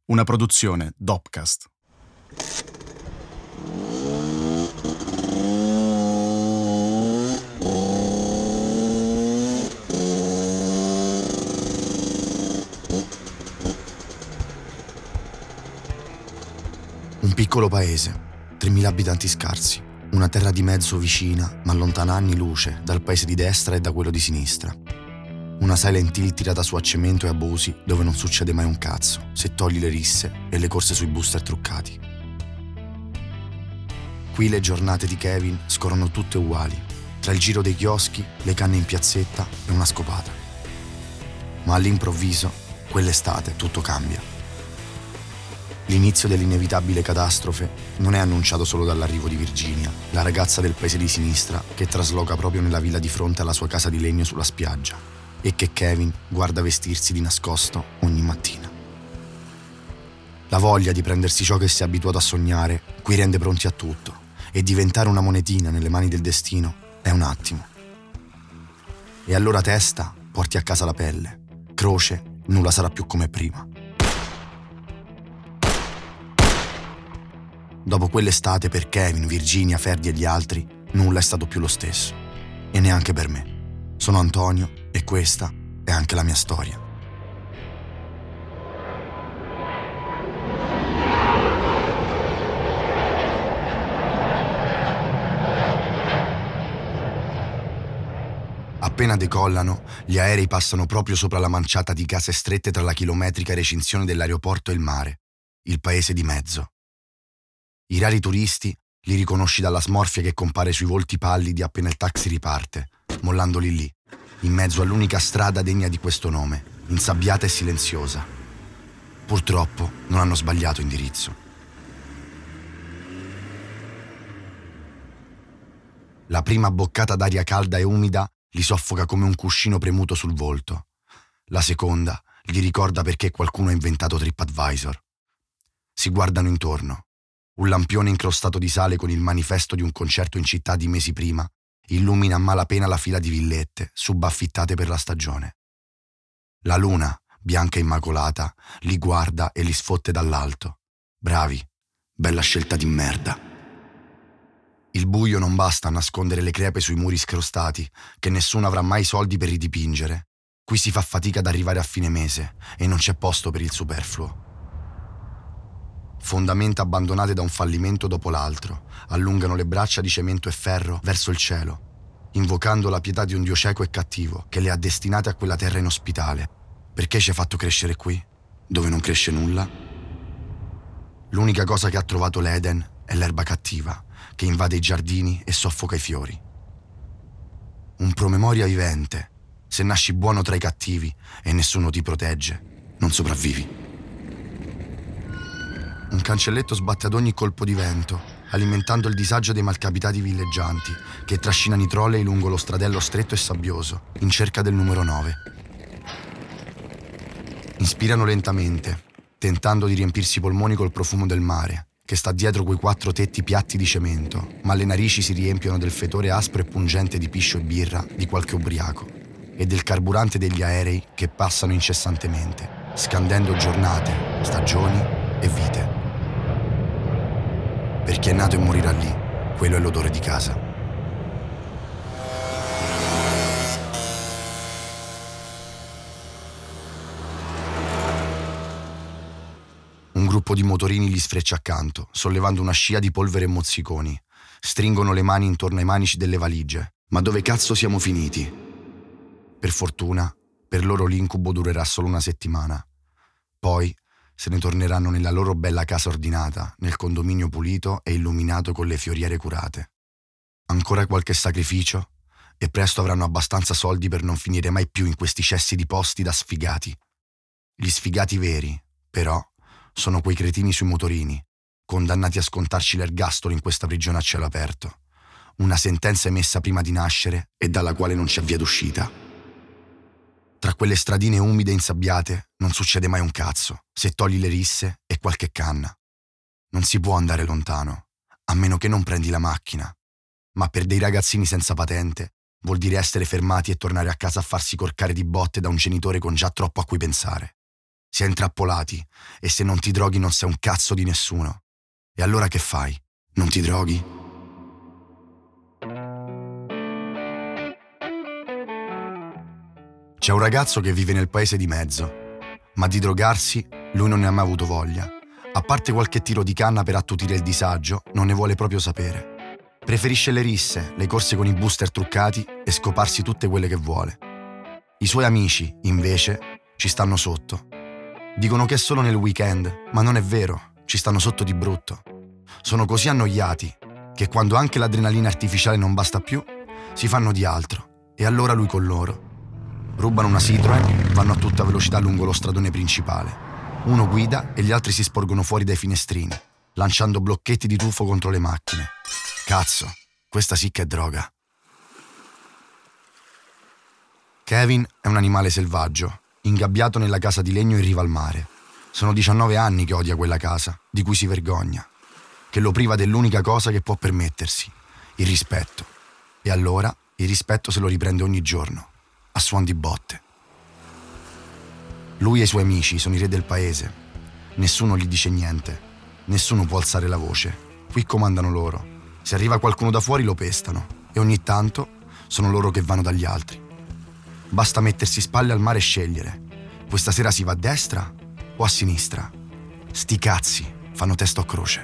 Una produzione Dopcast. Un piccolo paese, 3.000 abitanti scarsi, una terra di mezzo vicina, ma lontana anni luce dal paese di destra e da quello di sinistra. Una Silent Hill tirata su a cemento e abusi dove non succede mai un cazzo, se togli le risse e le corse sui booster truccati. Qui le giornate di Kevin scorrono tutte uguali, tra il giro dei chioschi, le canne in piazzetta e una scopata. Ma all'improvviso, quell'estate, tutto cambia. L'inizio dell'inevitabile catastrofe non è annunciato solo dall'arrivo di Virginia, la ragazza del paese di sinistra che trasloca proprio nella villa di fronte alla sua casa di legno sulla spiaggia e che Kevin guarda vestirsi di nascosto ogni mattina. La voglia di prendersi ciò che si è abituato a sognare qui rende pronti a tutto e diventare una monetina nelle mani del destino è un attimo. E allora testa, porti a casa la pelle, croce, nulla sarà più come prima. Dopo quell'estate per Kevin, Virginia, Ferdi e gli altri, nulla è stato più lo stesso. E neanche per me. Sono Antonio e questa è anche la mia storia. Appena decollano, gli aerei passano proprio sopra la manciata di case strette tra la chilometrica recinzione dell'aeroporto e il mare, il paese di mezzo. I rari turisti li riconosci dalla smorfia che compare sui volti pallidi appena il taxi riparte, mollandoli lì, in mezzo all'unica strada degna di questo nome, insabbiata e silenziosa. Purtroppo non hanno sbagliato indirizzo. La prima boccata d'aria calda e umida li soffoca come un cuscino premuto sul volto. La seconda gli ricorda perché qualcuno ha inventato TripAdvisor. Si guardano intorno. Un lampione incrostato di sale con il manifesto di un concerto in città di mesi prima illumina a malapena la fila di villette subaffittate per la stagione. La luna, bianca e immacolata, li guarda e li sfotte dall'alto. Bravi, bella scelta di merda. Il buio non basta a nascondere le crepe sui muri scrostati, che nessuno avrà mai soldi per ridipingere. Qui si fa fatica ad arrivare a fine mese e non c'è posto per il superfluo. Fondamenta abbandonate da un fallimento dopo l'altro, allungano le braccia di cemento e ferro verso il cielo, invocando la pietà di un Dio cieco e cattivo che le ha destinate a quella terra inospitale. Perché ci ha fatto crescere qui, dove non cresce nulla? L'unica cosa che ha trovato l'Eden è l'erba cattiva, che invade i giardini e soffoca i fiori. Un promemoria vivente. Se nasci buono tra i cattivi e nessuno ti protegge, non sopravvivi. Un cancelletto sbatte ad ogni colpo di vento, alimentando il disagio dei malcapitati villeggianti che trascinano i trolley lungo lo stradello stretto e sabbioso, in cerca del numero 9. Inspirano lentamente, tentando di riempirsi i polmoni col profumo del mare, che sta dietro quei 4 tetti piatti di cemento, ma le narici si riempiono del fetore aspro e pungente di piscio e birra di qualche ubriaco e del carburante degli aerei che passano incessantemente, scandendo giornate, stagioni e vite. Per chi è nato e morirà lì, quello è l'odore di casa. Un gruppo di motorini gli sfreccia accanto, sollevando una scia di polvere e mozziconi. Stringono le mani intorno ai manici delle valigie. Ma dove cazzo siamo finiti? Per fortuna, per loro l'incubo durerà solo una settimana. Poi se ne torneranno nella loro bella casa ordinata, nel condominio pulito e illuminato con le fioriere curate. Ancora qualche sacrificio e presto avranno abbastanza soldi per non finire mai più in questi cessi di posti da sfigati. Gli sfigati veri, però, sono quei cretini sui motorini, condannati a scontarci l'ergastolo in questa prigione a cielo aperto. Una sentenza emessa prima di nascere e dalla quale non c'è via d'uscita. Tra quelle stradine umide e insabbiate non succede mai un cazzo, se togli le risse e qualche canna. Non si può andare lontano, a meno che non prendi la macchina. Ma per dei ragazzini senza patente vuol dire essere fermati e tornare a casa a farsi corcare di botte da un genitore con già troppo a cui pensare. Si è intrappolati e se non ti droghi non sei un cazzo di nessuno. E allora che fai? Non ti droghi? C'è un ragazzo che vive nel paese di mezzo, ma di drogarsi lui non ne ha mai avuto voglia. A parte qualche tiro di canna per attutire il disagio, non ne vuole proprio sapere. Preferisce le risse, le corse con i booster truccati e scoparsi tutte quelle che vuole. I suoi amici, invece, ci stanno sotto. Dicono che è solo nel weekend, ma non è vero, ci stanno sotto di brutto. Sono così annoiati che quando anche l'adrenalina artificiale non basta più, si fanno di altro, e allora lui con loro. Rubano una Citroen, vanno a tutta velocità lungo lo stradone principale. Uno guida e gli altri si sporgono fuori dai finestrini, lanciando blocchetti di tuffo contro le macchine. Cazzo, questa sì che è droga. Kevin è un animale selvaggio, ingabbiato nella casa di legno in riva al mare. Sono 19 anni che odia quella casa, di cui si vergogna, che lo priva dell'unica cosa che può permettersi, il rispetto. E allora il rispetto se lo riprende ogni giorno, a suon di botte. Lui e i suoi amici sono i re del paese. Nessuno gli dice niente, nessuno può alzare la voce. Qui comandano loro. Se arriva qualcuno da fuori lo pestano e ogni tanto sono loro che vanno dagli altri. Basta mettersi spalle al mare e scegliere. Questa sera si va a destra o a sinistra? Sti cazzi, fanno testa o croce.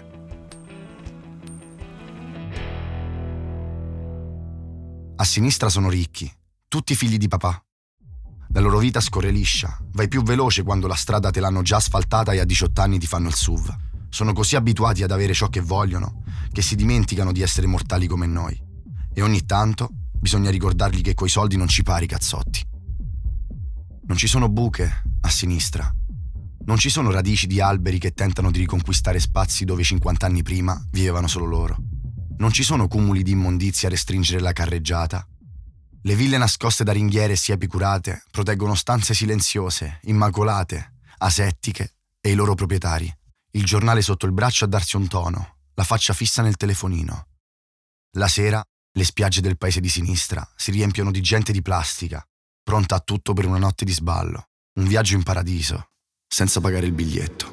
A sinistra sono ricchi, tutti figli di papà. La loro vita scorre liscia, vai più veloce quando la strada te l'hanno già asfaltata e a 18 anni ti fanno il SUV. Sono così abituati ad avere ciò che vogliono che si dimenticano di essere mortali come noi. E ogni tanto bisogna ricordargli che coi soldi non ci pari, cazzotti. Non ci sono buche a sinistra. Non ci sono radici di alberi che tentano di riconquistare spazi dove 50 anni prima vivevano solo loro. Non ci sono cumuli di immondizia a restringere la carreggiata. Le ville nascoste da ringhiere e siepi curate proteggono stanze silenziose, immacolate, asettiche e i loro proprietari. Il giornale sotto il braccio a darsi un tono, la faccia fissa nel telefonino. La sera, le spiagge del paese di sinistra si riempiono di gente di plastica, pronta a tutto per una notte di sballo, un viaggio in paradiso, senza pagare il biglietto.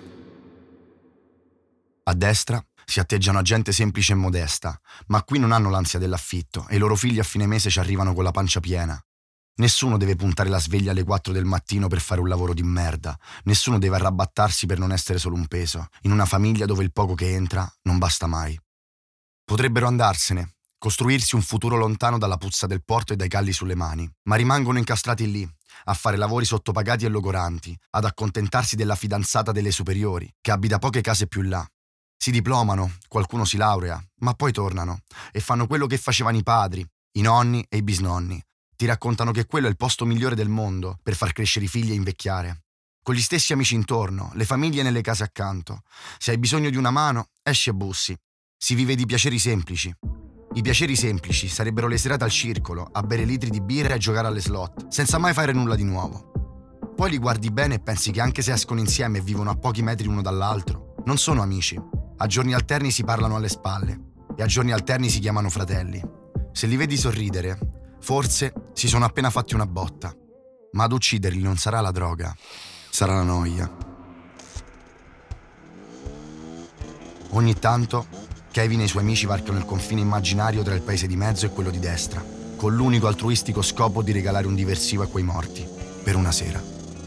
A destra si atteggiano a gente semplice e modesta, ma qui non hanno l'ansia dell'affitto e i loro figli a fine mese ci arrivano con la pancia piena. Nessuno deve puntare la sveglia alle 4 del mattino per fare un lavoro di merda. Nessuno deve arrabattarsi per non essere solo un peso, in una famiglia dove il poco che entra non basta mai. Potrebbero andarsene, costruirsi un futuro lontano dalla puzza del porto e dai calli sulle mani, ma rimangono incastrati lì, a fare lavori sottopagati e logoranti, ad accontentarsi della fidanzata delle superiori, che abita poche case più là. Si diplomano, qualcuno si laurea, ma poi tornano e fanno quello che facevano i padri, i nonni e i bisnonni. Ti raccontano che quello è il posto migliore del mondo per far crescere i figli e invecchiare. Con gli stessi amici intorno, le famiglie nelle case accanto. Se hai bisogno di una mano, esci e bussi. Si vive di piaceri semplici. I piaceri semplici sarebbero le serate al circolo, a bere litri di birra e a giocare alle slot, senza mai fare nulla di nuovo. Poi li guardi bene e pensi che anche se escono insieme e vivono a pochi metri l'uno dall'altro, non sono amici. A giorni alterni si parlano alle spalle e a giorni alterni si chiamano fratelli. Se li vedi sorridere, forse si sono appena fatti una botta. Ma ad ucciderli non sarà la droga, sarà la noia. Ogni tanto Kevin e i suoi amici varcano il confine immaginario tra il paese di mezzo e quello di destra, con l'unico altruistico scopo di regalare un diversivo a quei morti, per una sera.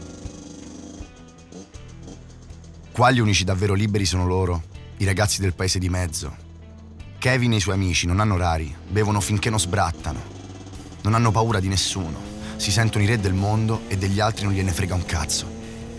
Qua gli unici davvero liberi sono loro, i ragazzi del paese di mezzo. Kevin e i suoi amici non hanno orari, bevono finché non sbrattano. Non hanno paura di nessuno, si sentono i re del mondo e degli altri non gliene frega un cazzo.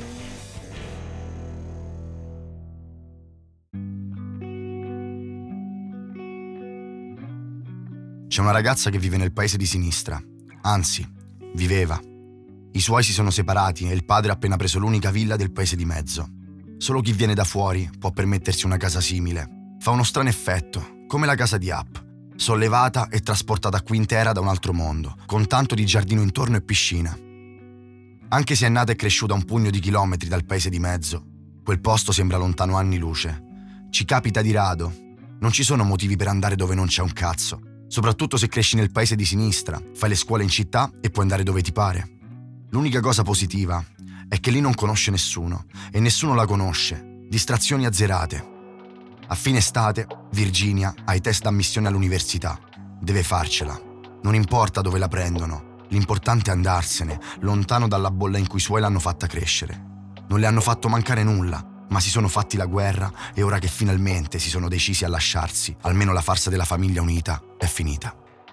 C'è una ragazza che vive nel paese di sinistra, anzi, viveva. I suoi si sono separati e il padre ha appena preso l'unica villa del paese di mezzo. Solo chi viene da fuori può permettersi una casa simile. Fa uno strano effetto, come la casa di App, sollevata e trasportata qui intera da un altro mondo, con tanto di giardino intorno e piscina. Anche se è nata e cresciuta a un pugno di chilometri dal paese di mezzo, quel posto sembra lontano anni luce. Ci capita di rado, non ci sono motivi per andare dove non c'è un cazzo, soprattutto se cresci nel paese di sinistra, fai le scuole in città e puoi andare dove ti pare. L'unica cosa positiva è che lì non conosce nessuno e nessuno la conosce. Distrazioni azzerate. A fine estate, Virginia ha i test d'ammissione all'università. Deve farcela. Non importa dove la prendono. L'importante è andarsene, lontano dalla bolla in cui i suoi l'hanno fatta crescere. Non le hanno fatto mancare nulla, ma si sono fatti la guerra e ora che finalmente si sono decisi a lasciarsi, almeno la farsa della famiglia unita è finita.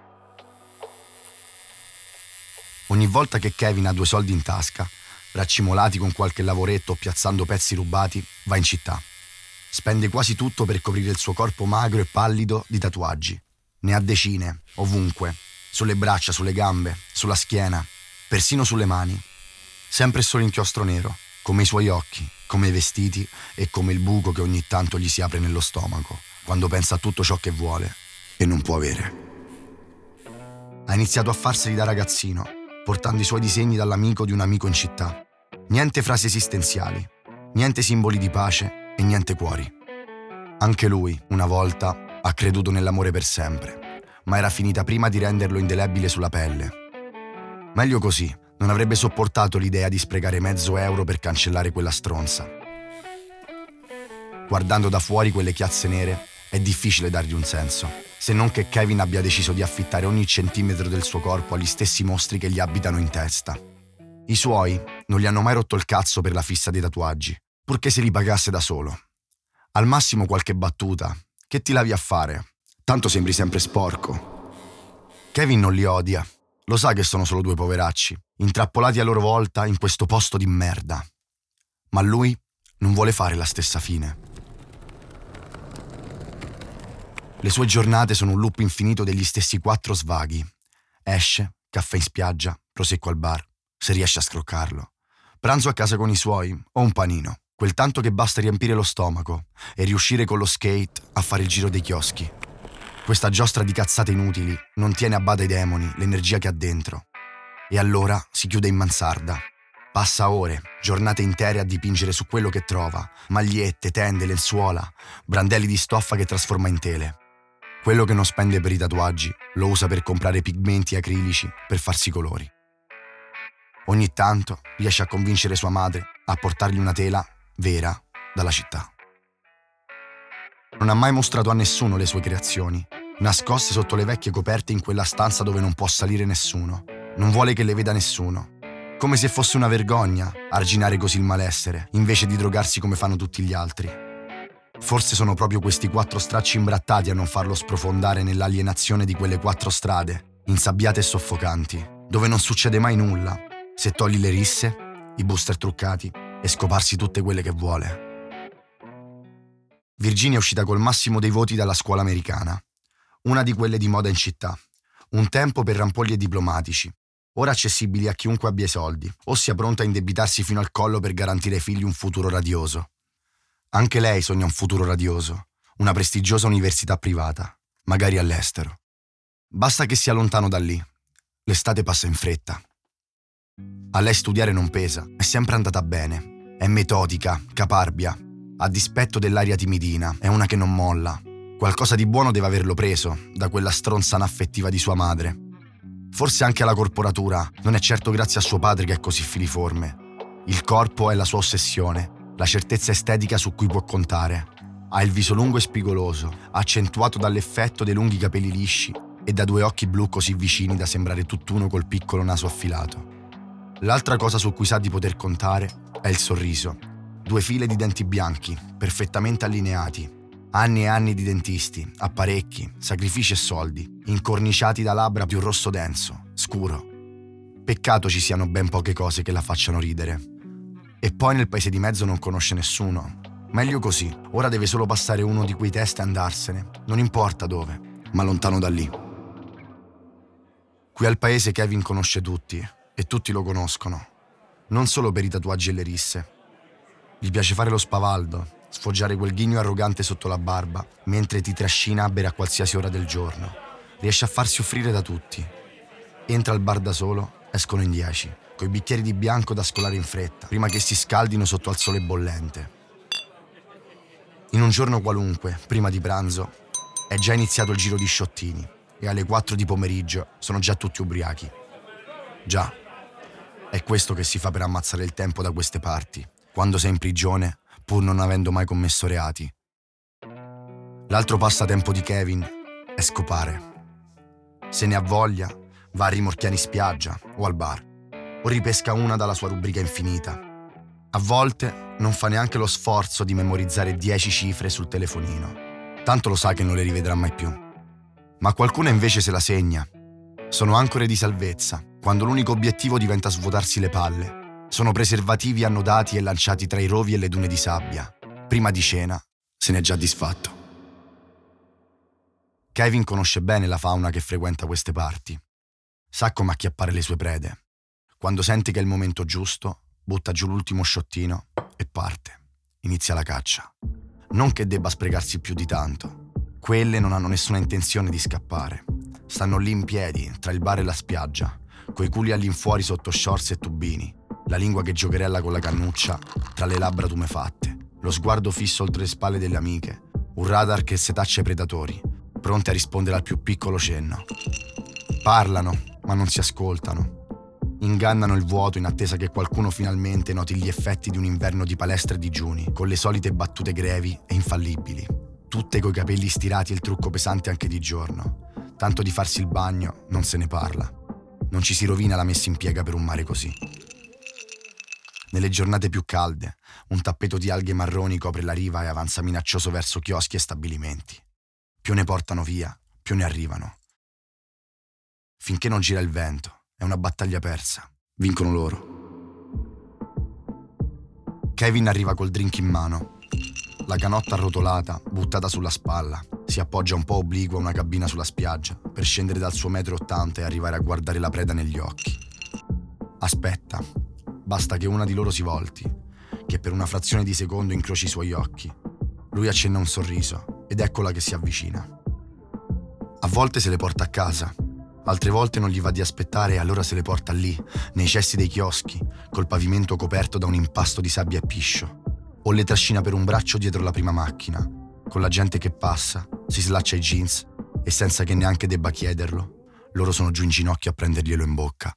Ogni volta che Kevin ha 2 soldi in tasca, raccimolati con qualche lavoretto o piazzando pezzi rubati, va in città. Spende quasi tutto per coprire il suo corpo magro e pallido di tatuaggi. Ne ha decine, ovunque, sulle braccia, sulle gambe, sulla schiena, persino sulle mani. Sempre solo inchiostro nero, come i suoi occhi, come i vestiti e come il buco che ogni tanto gli si apre nello stomaco, quando pensa a tutto ciò che vuole e non può avere. Ha iniziato a farseli da ragazzino, portando i suoi disegni dall'amico di un amico in città. Niente frasi esistenziali, niente simboli di pace e niente cuori. Anche lui, una volta, ha creduto nell'amore per sempre, ma era finita prima di renderlo indelebile sulla pelle. Meglio così, non avrebbe sopportato l'idea di sprecare €mezzo per cancellare quella stronza. Guardando da fuori quelle chiazze nere, è difficile dargli un senso, se non che Kevin abbia deciso di affittare ogni centimetro del suo corpo agli stessi mostri che gli abitano in testa. I suoi non gli hanno mai rotto il cazzo per la fissa dei tatuaggi, purché se li pagasse da solo. Al massimo qualche battuta, che ti lavi a fare? Tanto sembri sempre sporco. Kevin non li odia, lo sa che sono solo 2 poveracci, intrappolati a loro volta in questo posto di merda. Ma lui non vuole fare la stessa fine. Le sue giornate sono un loop infinito degli stessi 4 svaghi. Esce, caffè in spiaggia, prosecco al bar, se riesce a scroccarlo. Pranzo a casa con i suoi o un panino, quel tanto che basta riempire lo stomaco e riuscire con lo skate a fare il giro dei chioschi. Questa giostra di cazzate inutili non tiene a bada i demoni, l'energia che ha dentro. E allora si chiude in mansarda. Passa ore, giornate intere a dipingere su quello che trova, magliette, tende, lenzuola, brandelli di stoffa che trasforma in tele. Quello che non spende per i tatuaggi lo usa per comprare pigmenti acrilici per farsi i colori. Ogni tanto riesce a convincere sua madre a portargli una tela vera dalla città. Non ha mai mostrato a nessuno le sue creazioni, nascoste sotto le vecchie coperte in quella stanza dove non può salire nessuno. Non vuole che le veda nessuno. Come se fosse una vergogna arginare così il malessere, invece di drogarsi come fanno tutti gli altri. Forse sono proprio questi 4 stracci imbrattati a non farlo sprofondare nell'alienazione di quelle 4 strade, insabbiate e soffocanti, dove non succede mai nulla, se togli le risse, i booster truccati e scoparsi tutte quelle che vuole. Virginia è uscita col massimo dei voti dalla scuola americana, una di quelle di moda in città, un tempo per rampolli e diplomatici, ora accessibili a chiunque abbia i soldi o sia pronta a indebitarsi fino al collo per garantire ai figli un futuro radioso. Anche lei sogna un futuro radioso, una prestigiosa università privata, magari all'estero. Basta che sia lontano da lì. L'estate passa in fretta. A lei studiare non pesa, è sempre andata bene, è metodica, caparbia. A dispetto dell'aria timidina, è una che non molla. Qualcosa di buono deve averlo preso da quella stronza anaffettiva di sua madre. Forse anche alla corporatura, non è certo grazie a suo padre che è così filiforme. Il corpo è la sua ossessione, la certezza estetica su cui può contare. Ha il viso lungo e spigoloso, accentuato dall'effetto dei lunghi capelli lisci e da 2 occhi blu così vicini da sembrare tutt'uno col piccolo naso affilato. L'altra cosa su cui sa di poter contare è il sorriso. 2 file di denti bianchi, perfettamente allineati. Anni e anni di dentisti, apparecchi, sacrifici e soldi, incorniciati da labbra più rosso denso, scuro. Peccato ci siano ben poche cose che la facciano ridere. E poi nel paese di mezzo non conosce nessuno. Meglio così, ora deve solo passare uno di quei test e andarsene, non importa dove, ma lontano da lì. Qui al paese Kevin conosce tutti, e tutti lo conoscono, non solo per i tatuaggi e le risse. Gli piace fare lo spavaldo, sfoggiare quel ghigno arrogante sotto la barba, mentre ti trascina a bere a qualsiasi ora del giorno. Riesce a farsi offrire da tutti. Entra al bar da solo, escono in 10, coi bicchieri di bianco da scolare in fretta, prima che si scaldino sotto al sole bollente. In un giorno qualunque, prima di pranzo, è già iniziato il giro di sciottini e alle 4 di pomeriggio sono già tutti ubriachi. Già, È questo che si fa per ammazzare il tempo da queste parti, quando sei in prigione, pur non avendo mai commesso reati. L'altro passatempo di Kevin è scopare. Se ne ha voglia, va a rimorchiare in spiaggia o al bar, o ripesca una dalla sua rubrica infinita. A volte non fa neanche lo sforzo di memorizzare 10 cifre sul telefonino, tanto lo sa che non le rivedrà mai più. Ma qualcuno invece se la segna. Sono ancore di salvezza, quando l'unico obiettivo diventa svuotarsi le palle. Sono preservativi annodati e lanciati tra i rovi e le dune di sabbia. Prima di cena se n'è già disfatto. Kevin conosce bene la fauna che frequenta queste parti. Sa come acchiappare le sue prede. Quando sente che è il momento giusto, butta giù l'ultimo sciottino e parte. Inizia la caccia. Non che debba sprecarsi più di tanto. Quelle non hanno nessuna intenzione di scappare. Stanno lì in piedi, tra il bar e la spiaggia, coi culi all'infuori sotto shorts e tubini, la lingua che giocherella con la cannuccia tra le labbra tumefatte, lo sguardo fisso oltre le spalle delle amiche, un radar che setaccia i predatori, pronti a rispondere al più piccolo cenno. Parlano, ma non si ascoltano. Ingannano il vuoto in attesa che qualcuno finalmente noti gli effetti di un inverno di palestra e digiuni, con le solite battute grevi e infallibili, tutte coi capelli stirati e il trucco pesante anche di giorno. Tanto di farsi il bagno non se ne parla. Non ci si rovina la messa in piega per un mare così. Nelle giornate più calde, un tappeto di alghe marroni copre la riva e avanza minaccioso verso chioschi e stabilimenti. Più ne portano via, più ne arrivano. Finché non gira il vento, è una battaglia persa. Vincono loro. Kevin arriva col drink in mano. La canotta arrotolata, buttata sulla spalla, si appoggia un po' obliquo a una cabina sulla spiaggia per scendere dal suo 1,80 m e arrivare a guardare la preda negli occhi. Aspetta, basta che una di loro si volti, che per una frazione di secondo incroci i suoi occhi. Lui accenna un sorriso ed eccola che si avvicina. A volte se le porta a casa, altre volte non gli va di aspettare e allora se le porta lì, nei cessi dei chioschi, col pavimento coperto da un impasto di sabbia e piscio. O le trascina per un braccio dietro la prima macchina, con la gente che passa, si slaccia i jeans e senza che neanche debba chiederlo, loro sono giù in ginocchio a prenderglielo in bocca.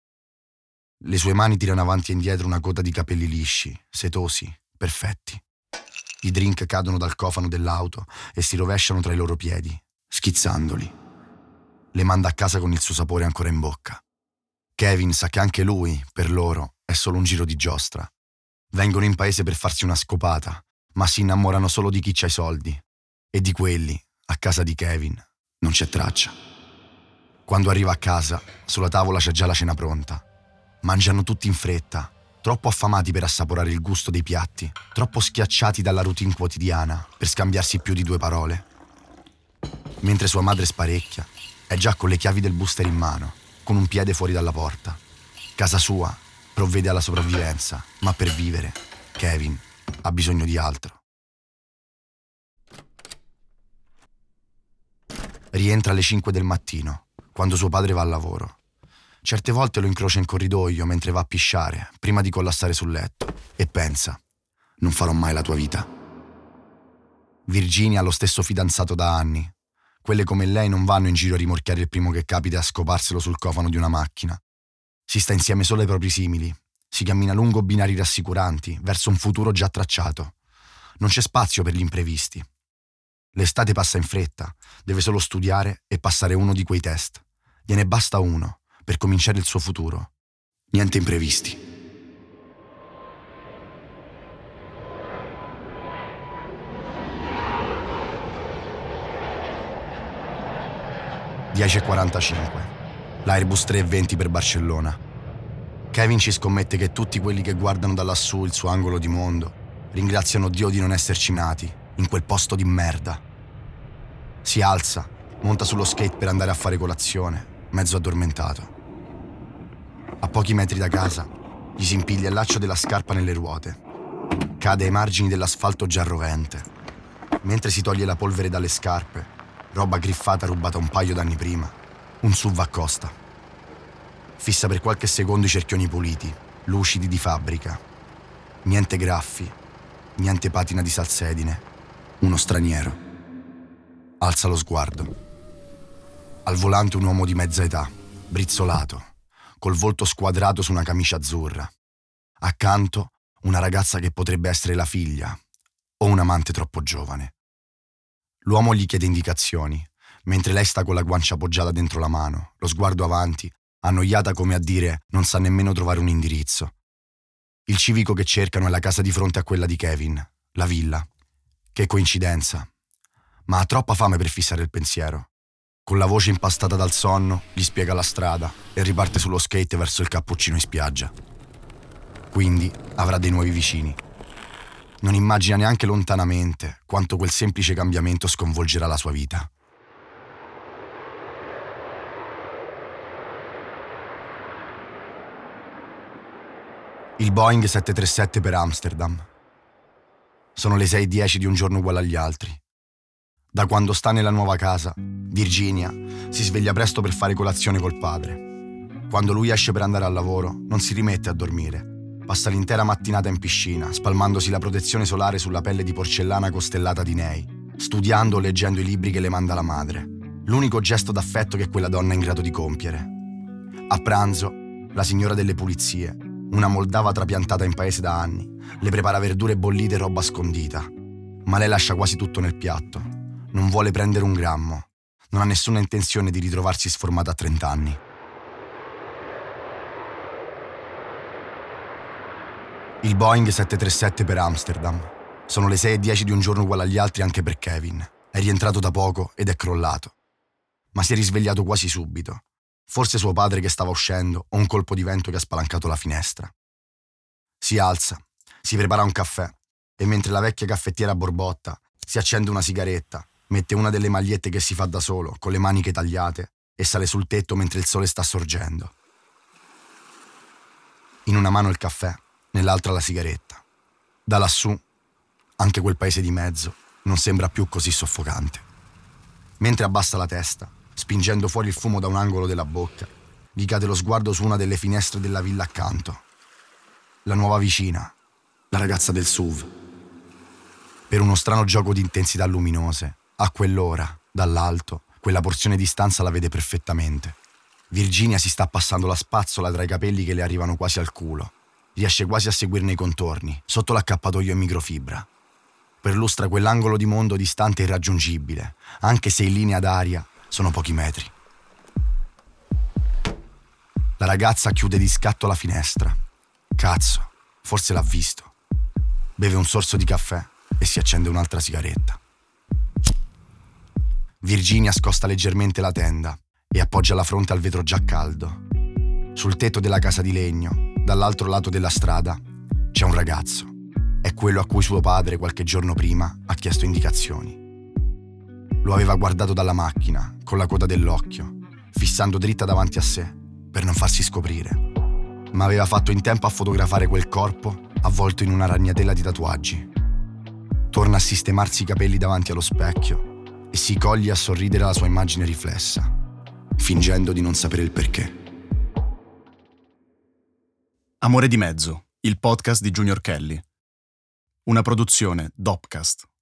Le sue mani tirano avanti e indietro una coda di capelli lisci, setosi, perfetti. I drink cadono dal cofano dell'auto e si rovesciano tra i loro piedi, schizzandoli. Le manda a casa con il suo sapore ancora in bocca. Kevin sa che anche lui, per loro, è solo un giro di giostra. Vengono in paese per farsi una scopata, ma si innamorano solo di chi c'ha i soldi. E di quelli, a casa di Kevin, non c'è traccia. Quando arriva a casa, sulla tavola c'è già la cena pronta. Mangiano tutti in fretta, troppo affamati per assaporare il gusto dei piatti, troppo schiacciati dalla routine quotidiana per scambiarsi più di 2 parole. Mentre sua madre sparecchia, è già con le chiavi del booster in mano, con un piede fuori dalla porta. Casa sua provvede alla sopravvivenza, ma per vivere, Kevin ha bisogno di altro. Rientra alle 5 del mattino, quando suo padre va al lavoro. Certe volte lo incrocia in corridoio mentre va a pisciare, prima di collassare sul letto, e pensa: non farò mai la tua vita. Virginia ha lo stesso fidanzato da anni. Quelle come lei non vanno in giro a rimorchiare il primo che capita a scoparselo sul cofano di una macchina. Si sta insieme solo ai propri simili. Si cammina lungo binari rassicuranti, verso un futuro già tracciato. Non c'è spazio per gli imprevisti. L'estate passa in fretta, deve solo studiare e passare uno di quei test. Gliene basta uno per cominciare il suo futuro. Niente imprevisti. (10:45). L'Airbus 320 per Barcellona. Kevin ci scommette che tutti quelli che guardano da lassù il suo angolo di mondo ringraziano Dio di non esserci nati in quel posto di merda. Si alza, monta sullo skate per andare a fare colazione, mezzo addormentato. A pochi metri da casa gli si impiglia il laccio della scarpa nelle ruote. Cade ai margini dell'asfalto già rovente. Mentre si toglie la polvere dalle scarpe, roba griffata rubata un paio d'anni prima, un SUV accosta. Fissa per qualche secondo i cerchioni puliti, lucidi di fabbrica. Niente graffi, niente patina di salsedine. Uno straniero. Alza lo sguardo. Al volante un uomo di mezza età, brizzolato, col volto squadrato su una camicia azzurra. Accanto una ragazza che potrebbe essere la figlia o un amante troppo giovane. L'uomo gli chiede indicazioni, mentre lei sta con la guancia appoggiata dentro la mano, lo sguardo avanti, annoiata come a dire non sa nemmeno trovare un indirizzo. Il civico che cercano è la casa di fronte a quella di Kevin, la villa. Che coincidenza. Ma ha troppa fame per fissare il pensiero. Con la voce impastata dal sonno, gli spiega la strada e riparte sullo skate verso il cappuccino in spiaggia. Quindi avrà dei nuovi vicini. Non immagina neanche lontanamente quanto quel semplice cambiamento sconvolgerà la sua vita. Il Boeing 737 per Amsterdam. Sono le 6:10 di un giorno uguale agli altri. Da quando sta nella nuova casa, Virginia si sveglia presto per fare colazione col padre. Quando lui esce per andare al lavoro, non si rimette a dormire. Passa l'intera mattinata in piscina, spalmandosi la protezione solare sulla pelle di porcellana costellata di nei, studiando o leggendo i libri che le manda la madre. L'unico gesto d'affetto che quella donna è in grado di compiere. A pranzo, la signora delle pulizie, una moldava trapiantata in paese da anni, le prepara verdure bollite e roba scondita. Ma lei lascia quasi tutto nel piatto. Non vuole prendere un grammo. Non ha nessuna intenzione di ritrovarsi sformata a 30 anni. Il Boeing 737 per Amsterdam. Sono le 6:10 di un giorno uguale agli altri anche per Kevin. È rientrato da poco ed è crollato. Ma si è risvegliato quasi subito. Forse suo padre che stava uscendo o un colpo di vento che ha spalancato la finestra. Si alza, si prepara un caffè e mentre la vecchia caffettiera borbotta, si accende una sigaretta, mette una delle magliette che si fa da solo, con le maniche tagliate, e sale sul tetto mentre il sole sta sorgendo. In una mano il caffè, nell'altra la sigaretta. Da lassù, anche quel paese di mezzo non sembra più così soffocante. Mentre abbassa la testa, spingendo fuori il fumo da un angolo della bocca, gli cade lo sguardo su una delle finestre della villa accanto. La nuova vicina, la ragazza del SUV. Per uno strano gioco di intensità luminose, a quell'ora, dall'alto, quella porzione di stanza la vede perfettamente. Virginia si sta passando la spazzola tra i capelli che le arrivano quasi al culo. Riesce quasi a seguirne i contorni, sotto l'accappatoio in microfibra. Perlustra quell'angolo di mondo distante e irraggiungibile, anche se in linea d'aria sono pochi metri. La ragazza chiude di scatto la finestra. Cazzo, forse l'ha visto. Beve un sorso di caffè e si accende un'altra sigaretta. Virginia scosta leggermente la tenda e appoggia la fronte al vetro già caldo. Sul tetto della casa di legno, dall'altro lato della strada, c'è un ragazzo. È quello a cui suo padre qualche giorno prima ha chiesto indicazioni. Lo aveva guardato dalla macchina, con la coda dell'occhio, fissando dritta davanti a sé, per non farsi scoprire. Ma aveva fatto in tempo a fotografare quel corpo avvolto in una ragnatela di tatuaggi. Torna a sistemarsi i capelli davanti allo specchio e si coglie a sorridere alla sua immagine riflessa, fingendo di non sapere il perché. Amore di mezzo, il podcast di Junior Kelly. Una produzione Dopcast.